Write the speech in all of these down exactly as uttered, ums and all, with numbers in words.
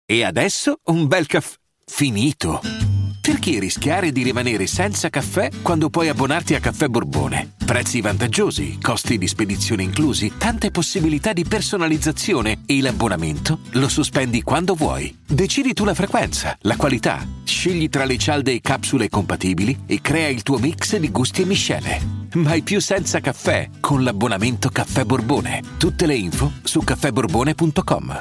E adesso un bel caffè finito. Perché rischiare di rimanere senza caffè quando puoi abbonarti a Caffè Borbone? Prezzi vantaggiosi, costi di spedizione inclusi, tante possibilità di personalizzazione e l'abbonamento lo sospendi quando vuoi. Decidi tu la frequenza, la qualità, scegli tra le cialde e capsule compatibili e crea il tuo mix di gusti e miscele. Mai più senza caffè con l'abbonamento Caffè Borbone. Tutte le info su caffè borbone punto com.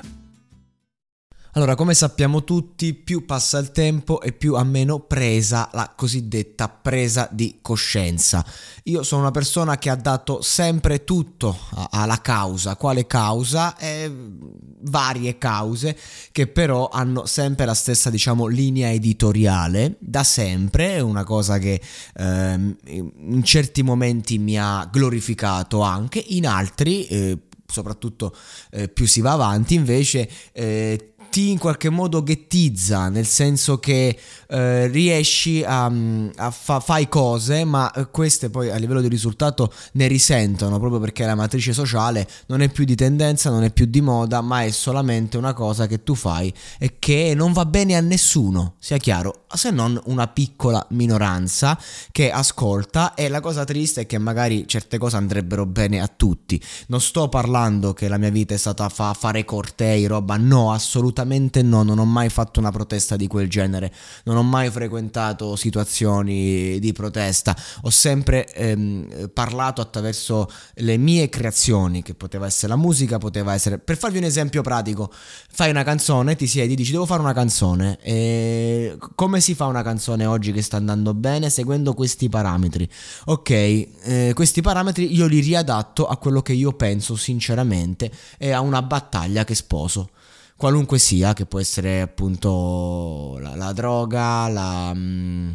Allora, come sappiamo tutti, più passa il tempo e più ha meno presa la cosiddetta presa di coscienza. Io sono una persona che ha dato sempre tutto alla causa. Quale causa? Eh, varie cause che però hanno sempre la stessa, diciamo, linea editoriale. Da sempre è una cosa che ehm, in certi momenti mi ha glorificato anche, in altri, eh, soprattutto eh, più si va avanti, invece eh, ti in qualche modo ghettizza, nel senso che eh, riesci a, a fa, fai cose, ma queste poi a livello di risultato ne risentono, proprio perché la matrice sociale non è più di tendenza, non è più di moda, ma è solamente una cosa che tu fai e che non va bene a nessuno, sia chiaro, se non una piccola minoranza che ascolta. E la cosa triste è che magari certe cose andrebbero bene a tutti. Non sto parlando che la mia vita è stata fa, fare cortei, roba, no, assolutamente no, non ho mai fatto una protesta di quel genere, non ho mai frequentato situazioni di protesta, ho sempre ehm, parlato attraverso le mie creazioni, che poteva essere la musica, poteva essere, per farvi un esempio pratico, fai una canzone, ti siedi, dici devo fare una canzone, e come si fa una canzone oggi che sta andando bene? Seguendo questi parametri, ok, eh, questi parametri io li riadatto a quello che io penso sinceramente e a una battaglia che sposo, qualunque sia, che può essere appunto la, la droga, la, mh,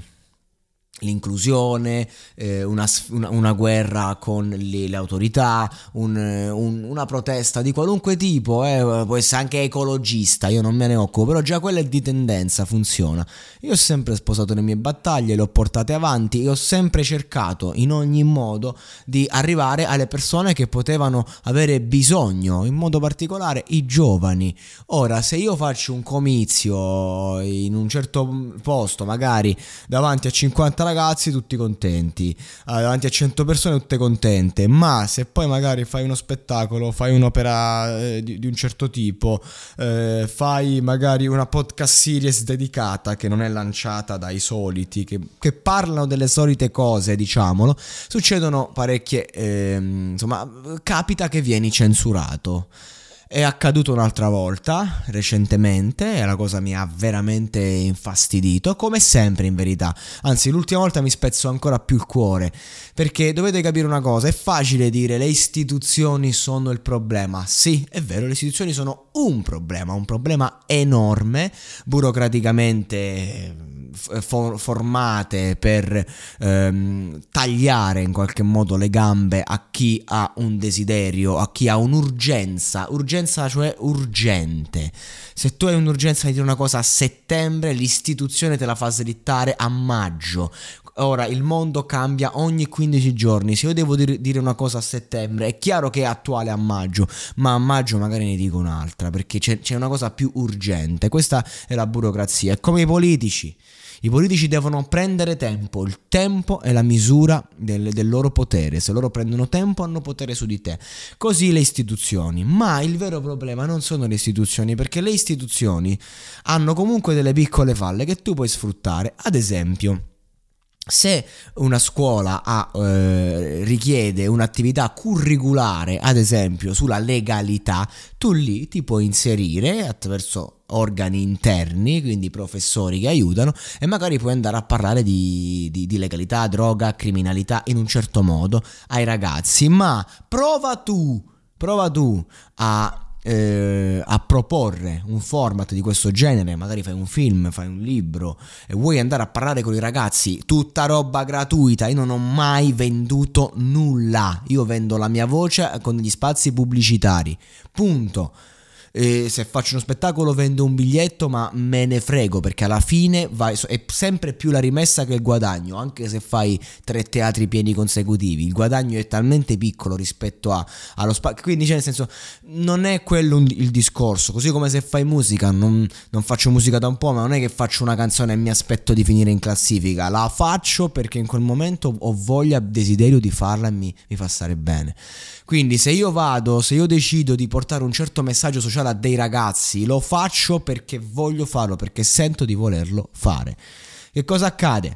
l'inclusione, eh, una, una, una guerra con le, le autorità, un, un, una protesta di qualunque tipo, eh, può essere anche ecologista, io non me ne occupo, però già quella è di tendenza, funziona. Io ho sempre sposato le mie battaglie, le ho portate avanti e ho sempre cercato in ogni modo di arrivare alle persone che potevano avere bisogno, in modo particolare i giovani. Ora, se io faccio un comizio in un certo posto, magari davanti a cinquanta ragazzi tutti contenti, davanti a cento persone tutte contente, ma se poi magari fai uno spettacolo, fai un'opera eh, di, di un certo tipo, eh, fai magari una podcast series dedicata che non è lanciata dai soliti, che, che parlano delle solite cose, diciamolo, succedono parecchie, eh, insomma, capita che vieni censurato. È accaduto un'altra volta recentemente e la cosa mi ha veramente infastidito, come sempre in verità. Anzi, l'ultima volta mi spezzò ancora più il cuore, perché dovete capire una cosa, è facile dire le istituzioni sono il problema. Sì, è vero, le istituzioni sono un problema, un problema enorme, burocraticamente For- formate per ehm, tagliare in qualche modo le gambe a chi ha un desiderio, a chi ha un'urgenza, urgenza cioè urgente. Se tu hai un'urgenza di dire una cosa a settembre, l'istituzione te la fa slittare a maggio. Ora il mondo cambia ogni quindici giorni, se io devo dir- dire una cosa a settembre è chiaro che è attuale a maggio, ma a maggio magari ne dico un'altra perché c'è, c'è una cosa più urgente. Questa è la burocrazia, è come i politici. I politici devono prendere tempo, il tempo è la misura del, del loro potere, se loro prendono tempo hanno potere su di te, così le istituzioni. Ma il vero problema non sono le istituzioni, perché le istituzioni hanno comunque delle piccole falle che tu puoi sfruttare. Ad esempio, se una scuola ha, eh, richiede un'attività curriculare, ad esempio sulla legalità, tu lì ti puoi inserire attraverso organi interni, quindi professori che aiutano, e magari puoi andare a parlare di, di, di legalità, droga, criminalità in un certo modo ai ragazzi. Ma prova tu, prova tu a Eh, a proporre un format di questo genere, magari fai un film, fai un libro e vuoi andare a parlare con i ragazzi, tutta roba gratuita. Io non ho mai venduto nulla, io vendo la mia voce con gli spazi pubblicitari, punto. E se faccio uno spettacolo vendo un biglietto, ma me ne frego, perché alla fine vai, è sempre più la rimessa che il guadagno. Anche se fai tre teatri pieni consecutivi, il guadagno è talmente piccolo rispetto a, allo spazio, quindi cioè nel senso non è quello un, il discorso. Così come se fai musica, non, non faccio musica da un po', ma non è che faccio una canzone e mi aspetto di finire in classifica, la faccio perché in quel momento ho voglia, desiderio di farla e mi, mi fa stare bene. Quindi se io vado, se io decido di portare un certo messaggio sociale a dei ragazzi, lo faccio perché voglio farlo, perché sento di volerlo fare. Che cosa accade?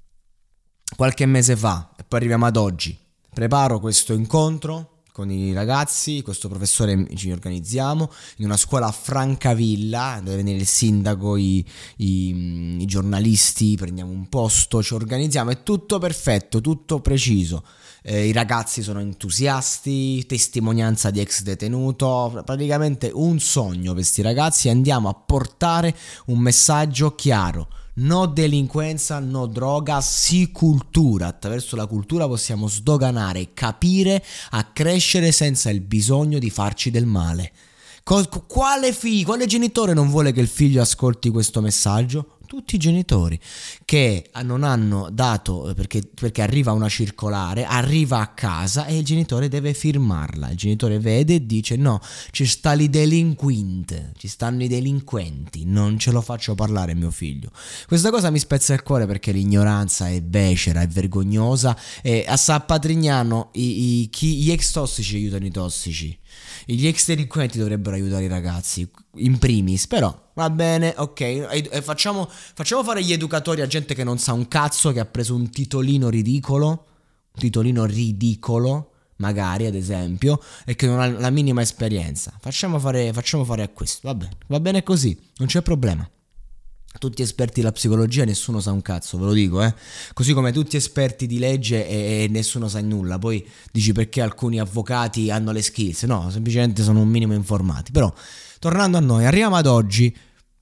Qualche mese fa, e poi arriviamo ad oggi, preparo questo incontro con i ragazzi, questo professore ci organizziamo in una scuola a Francavilla, deve venire il sindaco, i, i, i giornalisti, prendiamo un posto, ci organizziamo, è tutto perfetto, tutto preciso. Eh, i ragazzi sono entusiasti, testimonianza di ex detenuto, praticamente un sogno per questi ragazzi. Andiamo a portare un messaggio chiaro: no delinquenza, no droga, sì cultura. Attraverso la cultura possiamo sdoganare, capire, accrescere senza il bisogno di farci del male. Quale figlio, quale genitore non vuole che il figlio ascolti questo messaggio? Tutti i genitori che non hanno dato, perché, perché arriva una circolare, arriva a casa e il genitore deve firmarla. Il genitore vede e dice: no, ci sta lì delinquente, ci stanno i delinquenti, non ce lo faccio parlare mio figlio. Questa cosa mi spezza il cuore, perché l'ignoranza è becera, è vergognosa, e a San Patrignano i, i, chi, gli ex tossici aiutano i tossici. Gli ex delinquenti dovrebbero aiutare i ragazzi in primis, però va bene, ok, e facciamo, facciamo fare gli educatori a gente che non sa un cazzo, che ha preso un titolino ridicolo, un titolino ridicolo magari ad esempio, e che non ha la minima esperienza. Facciamo fare, facciamo fare a questo, va bene, va bene così, non c'è problema. Tutti esperti della psicologia, nessuno sa un cazzo, ve lo dico, eh. Così come tutti esperti di legge e, e nessuno sa nulla. Poi dici perché alcuni avvocati hanno le skills. No, semplicemente sono un minimo informati. Però, tornando a noi, arriviamo ad oggi.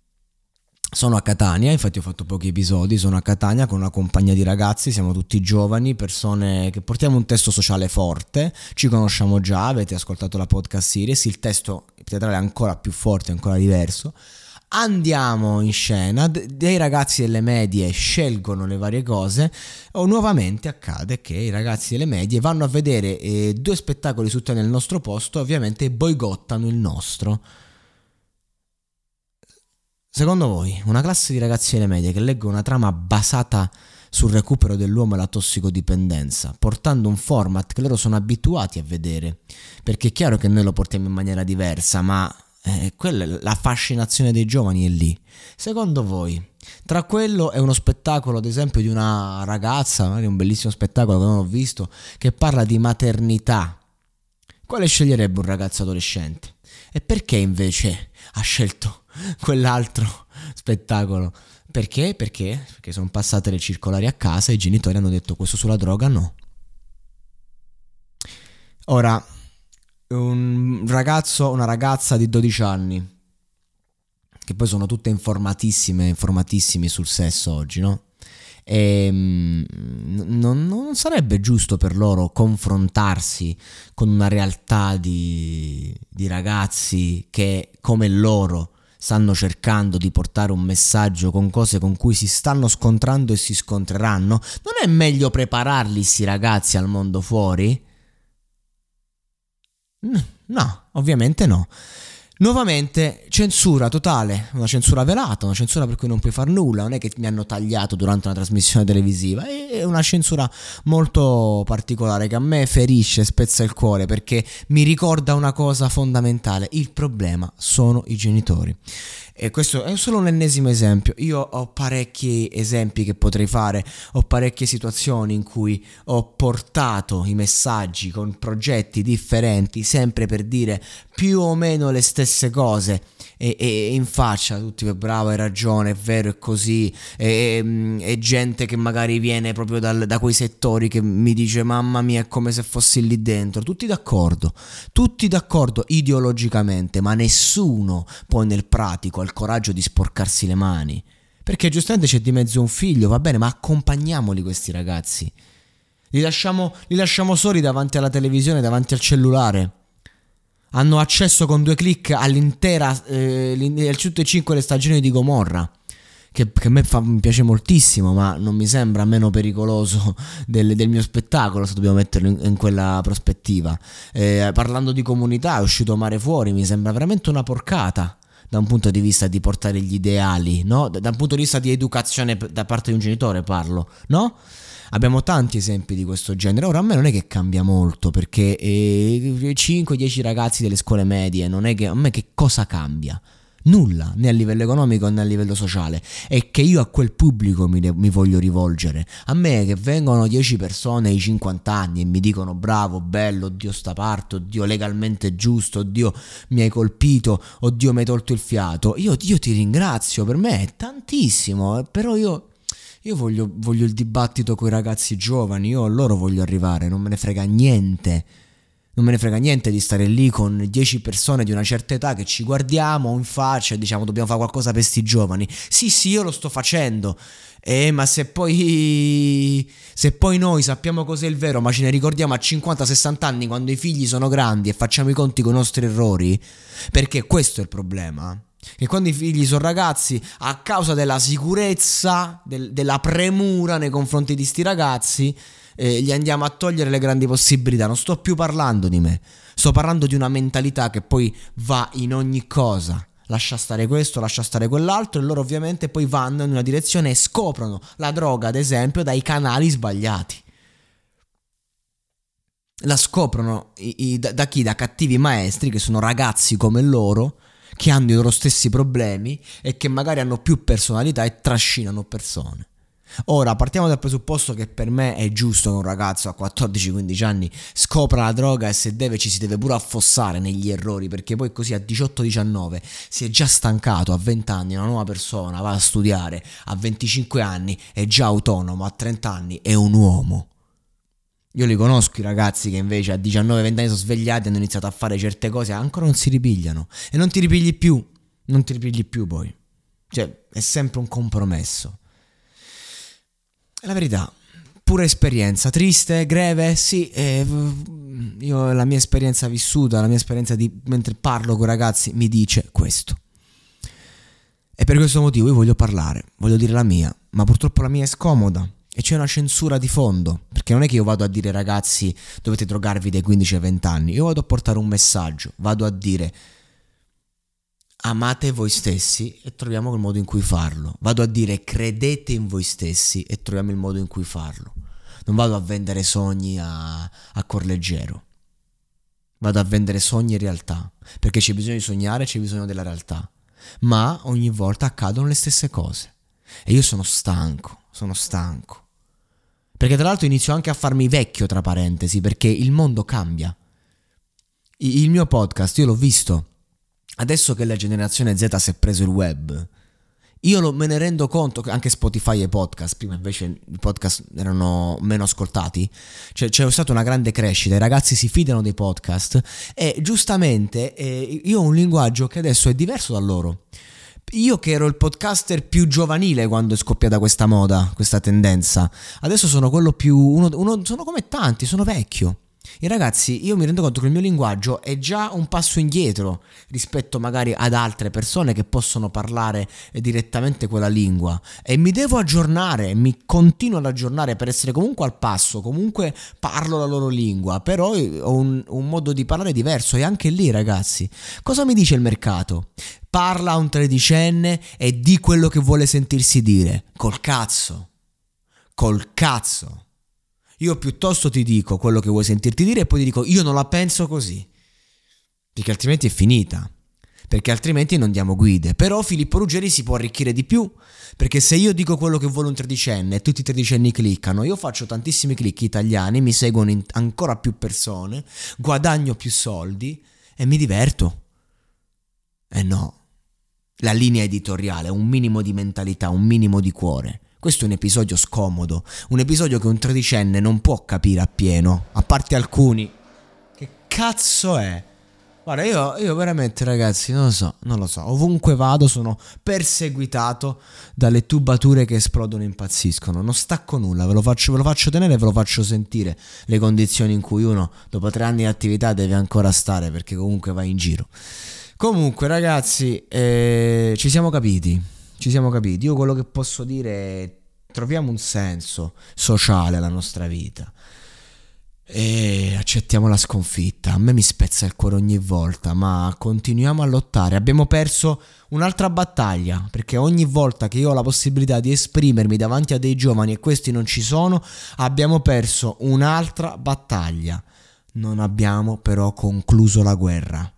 Sono a Catania, infatti ho fatto pochi episodi, sono a Catania con una compagnia di ragazzi, siamo tutti giovani, persone che portiamo un testo sociale forte, ci conosciamo già, avete ascoltato la podcast series, il testo teatrale è ancora più forte, ancora diverso. Andiamo in scena, dei ragazzi delle medie scelgono le varie cose, o nuovamente accade che i ragazzi delle medie vanno a vedere eh, due spettacoli su tre nel nostro posto, ovviamente boicottano il nostro. Secondo voi, una classe di ragazzi delle medie che legge una trama basata sul recupero dell'uomo e la tossicodipendenza, portando un format che loro sono abituati a vedere, perché è chiaro che noi lo portiamo in maniera diversa, ma Eh, quella, la fascinazione dei giovani è lì. Secondo voi, tra quello e uno spettacolo ad esempio di una ragazza, magari un bellissimo spettacolo che non ho visto, che parla di maternità, quale sceglierebbe un ragazzo adolescente? E perché invece ha scelto quell'altro spettacolo? Perché? Perché? Perché sono passate le circolari a casa e i genitori hanno detto: questo sulla droga no. Ora, un ragazzo, una ragazza di dodici anni, che poi sono tutte informatissime, informatissimi sul sesso oggi, no? E non, non sarebbe giusto per loro confrontarsi con una realtà di, di ragazzi che, come loro, stanno cercando di portare un messaggio con cose con cui si stanno scontrando e si scontreranno? Non è meglio prepararli, sti ragazzi, al mondo fuori? No, ovviamente no. Nuovamente censura totale, una censura velata, una censura per cui non puoi far nulla. Non è che mi hanno tagliato durante una trasmissione televisiva, è una censura molto particolare che a me ferisce, spezza il cuore, perché mi ricorda una cosa fondamentale: il problema sono i genitori. E questo è solo un ennesimo esempio. Io ho parecchi esempi che potrei fare, ho parecchie situazioni in cui ho portato i messaggi con progetti differenti, sempre per dire più o meno le stesse cose, e, e in faccia tutti: bravo, hai ragione, è vero, è così. E, e gente che magari viene proprio dal, da quei settori che mi dice: mamma mia, è come se fossi lì dentro. Tutti d'accordo, tutti d'accordo ideologicamente, ma nessuno poi nel pratico ha il coraggio di sporcarsi le mani, perché giustamente c'è di mezzo un figlio, va bene, ma accompagniamoli questi ragazzi, li lasciamo, li lasciamo soli davanti alla televisione, davanti al cellulare. Hanno accesso con due click all'intera, eh, al tutte e cinque le stagioni di Gomorra, che, che a me fa, mi piace moltissimo, ma non mi sembra meno pericoloso del, del mio spettacolo, se dobbiamo metterlo in, in quella prospettiva. Eh, parlando di comunità, è uscito Mare Fuori, mi sembra veramente una porcata da un punto di vista di portare gli ideali, no? Da, da un punto di vista di educazione da parte di un genitore parlo, no? Abbiamo tanti esempi di questo genere. Ora a me non è che cambia molto, perché eh, cinque dieci ragazzi delle scuole medie, non è che a me che cosa cambia? Nulla, né a livello economico né a livello sociale. È che io a quel pubblico mi, mi voglio rivolgere. A me che vengono dieci persone ai cinquanta anni e mi dicono bravo, bello, oddio sta parte, oddio legalmente giusto, oddio mi hai colpito, oddio mi hai tolto il fiato, io, io ti ringrazio, per me è tantissimo, però io... Io voglio, voglio il dibattito con i ragazzi giovani, io a loro voglio arrivare, non me ne frega niente, non me ne frega niente di stare lì con dieci persone di una certa età che ci guardiamo in faccia e diciamo dobbiamo fare qualcosa per sti giovani. Sì, sì, io lo sto facendo, eh, ma se poi, se poi noi sappiamo cos'è il vero, ma ce ne ricordiamo a cinquanta sessanta anni quando i figli sono grandi e facciamo i conti con i nostri errori, perché questo è il problema. Che quando i figli sono ragazzi, a causa della sicurezza, del, della premura nei confronti di sti ragazzi, eh, gli andiamo a togliere le grandi possibilità. Non sto più parlando di me, sto parlando di una mentalità che poi va in ogni cosa. Lascia stare questo, lascia stare quell'altro, e loro ovviamente poi vanno in una direzione e scoprono la droga, ad esempio, dai canali sbagliati. La scoprono i, i, da, da chi? Da cattivi maestri che sono ragazzi come loro, che hanno i loro stessi problemi e che magari hanno più personalità e trascinano persone. Ora partiamo dal presupposto che per me è giusto che un ragazzo a quattordici quindici anni scopra la droga e se deve ci si deve pure affossare negli errori, perché poi così a diciotto diciannove si è già stancato, a venti anni è una nuova persona, va a studiare, a venticinque anni è già autonomo, a trenta anni è un uomo. Io li conosco i ragazzi che invece a diciannove venti anni sono svegliati e hanno iniziato a fare certe cose e ancora non si ripigliano. E non ti ripigli più, non ti ripigli più poi. Cioè, è sempre un compromesso. È la verità. Pura esperienza, triste, greve, sì. Eh, io la mia esperienza vissuta, la mia esperienza di mentre parlo con i ragazzi mi dice questo. E per questo motivo io voglio parlare, voglio dire la mia, ma purtroppo la mia è scomoda. E c'è una censura di fondo, perché non è che io vado a dire ragazzi dovete drogarvi dai quindici ai venti anni, io vado a portare un messaggio, vado a dire amate voi stessi e troviamo il modo in cui farlo, vado a dire credete in voi stessi e troviamo il modo in cui farlo, non vado a vendere sogni a, a cuor leggero, vado a vendere sogni e realtà, perché c'è bisogno di sognare, c'è bisogno della realtà, ma ogni volta accadono le stesse cose e io sono stanco, sono stanco. Perché tra l'altro inizio anche a farmi vecchio, tra parentesi, perché il mondo cambia. Il mio podcast, io l'ho visto. Adesso che la generazione Z si è preso il web, io lo, me ne rendo conto che anche Spotify e podcast, prima invece i podcast erano meno ascoltati, cioè c'è stata una grande crescita, i ragazzi si fidano dei podcast e giustamente eh, io ho un linguaggio che adesso è diverso da loro. Io che ero il podcaster più giovanile quando è scoppiata questa moda, questa tendenza, adesso sono quello più, uno, uno, sono come tanti, sono vecchio. I ragazzi, io mi rendo conto che il mio linguaggio è già un passo indietro rispetto magari ad altre persone che possono parlare direttamente quella lingua e mi devo aggiornare, mi continuo ad aggiornare per essere comunque al passo, comunque parlo la loro lingua, però ho un, un modo di parlare diverso e anche lì ragazzi, cosa mi dice il mercato? Parla a un tredicenne e di quello che vuole sentirsi dire, col cazzo, col cazzo. Io piuttosto ti dico quello che vuoi sentirti dire e poi ti dico io non la penso così, perché altrimenti è finita, perché altrimenti non diamo guide. Però Filippo Ruggeri si può arricchire di più, perché se io dico quello che vuole un tredicenne e tutti i tredicenni cliccano, io faccio tantissimi click italiani, mi seguono in ancora più persone, guadagno più soldi e mi diverto. Eh no, la linea editoriale, un minimo di mentalità, un minimo di cuore. Questo è un episodio scomodo, un episodio che un tredicenne non può capire appieno, a parte alcuni. Che cazzo è? Guarda, io, io veramente, ragazzi, non lo so, non lo so. Ovunque vado sono perseguitato dalle tubature che esplodono e impazziscono. Non stacco nulla, ve lo faccio, ve lo faccio tenere e ve lo faccio sentire. Le condizioni in cui uno, dopo tre anni di attività, deve ancora stare, perché comunque va in giro. Comunque, ragazzi, eh, ci siamo capiti. Ci siamo capiti. Io quello che posso dire è: troviamo un senso sociale alla nostra vita e accettiamo la sconfitta. A me mi spezza il cuore ogni volta, ma continuiamo a lottare. Abbiamo perso un'altra battaglia, perché ogni volta che io ho la possibilità di esprimermi davanti a dei giovani e questi non ci sono, abbiamo perso un'altra battaglia. Non abbiamo però concluso la guerra.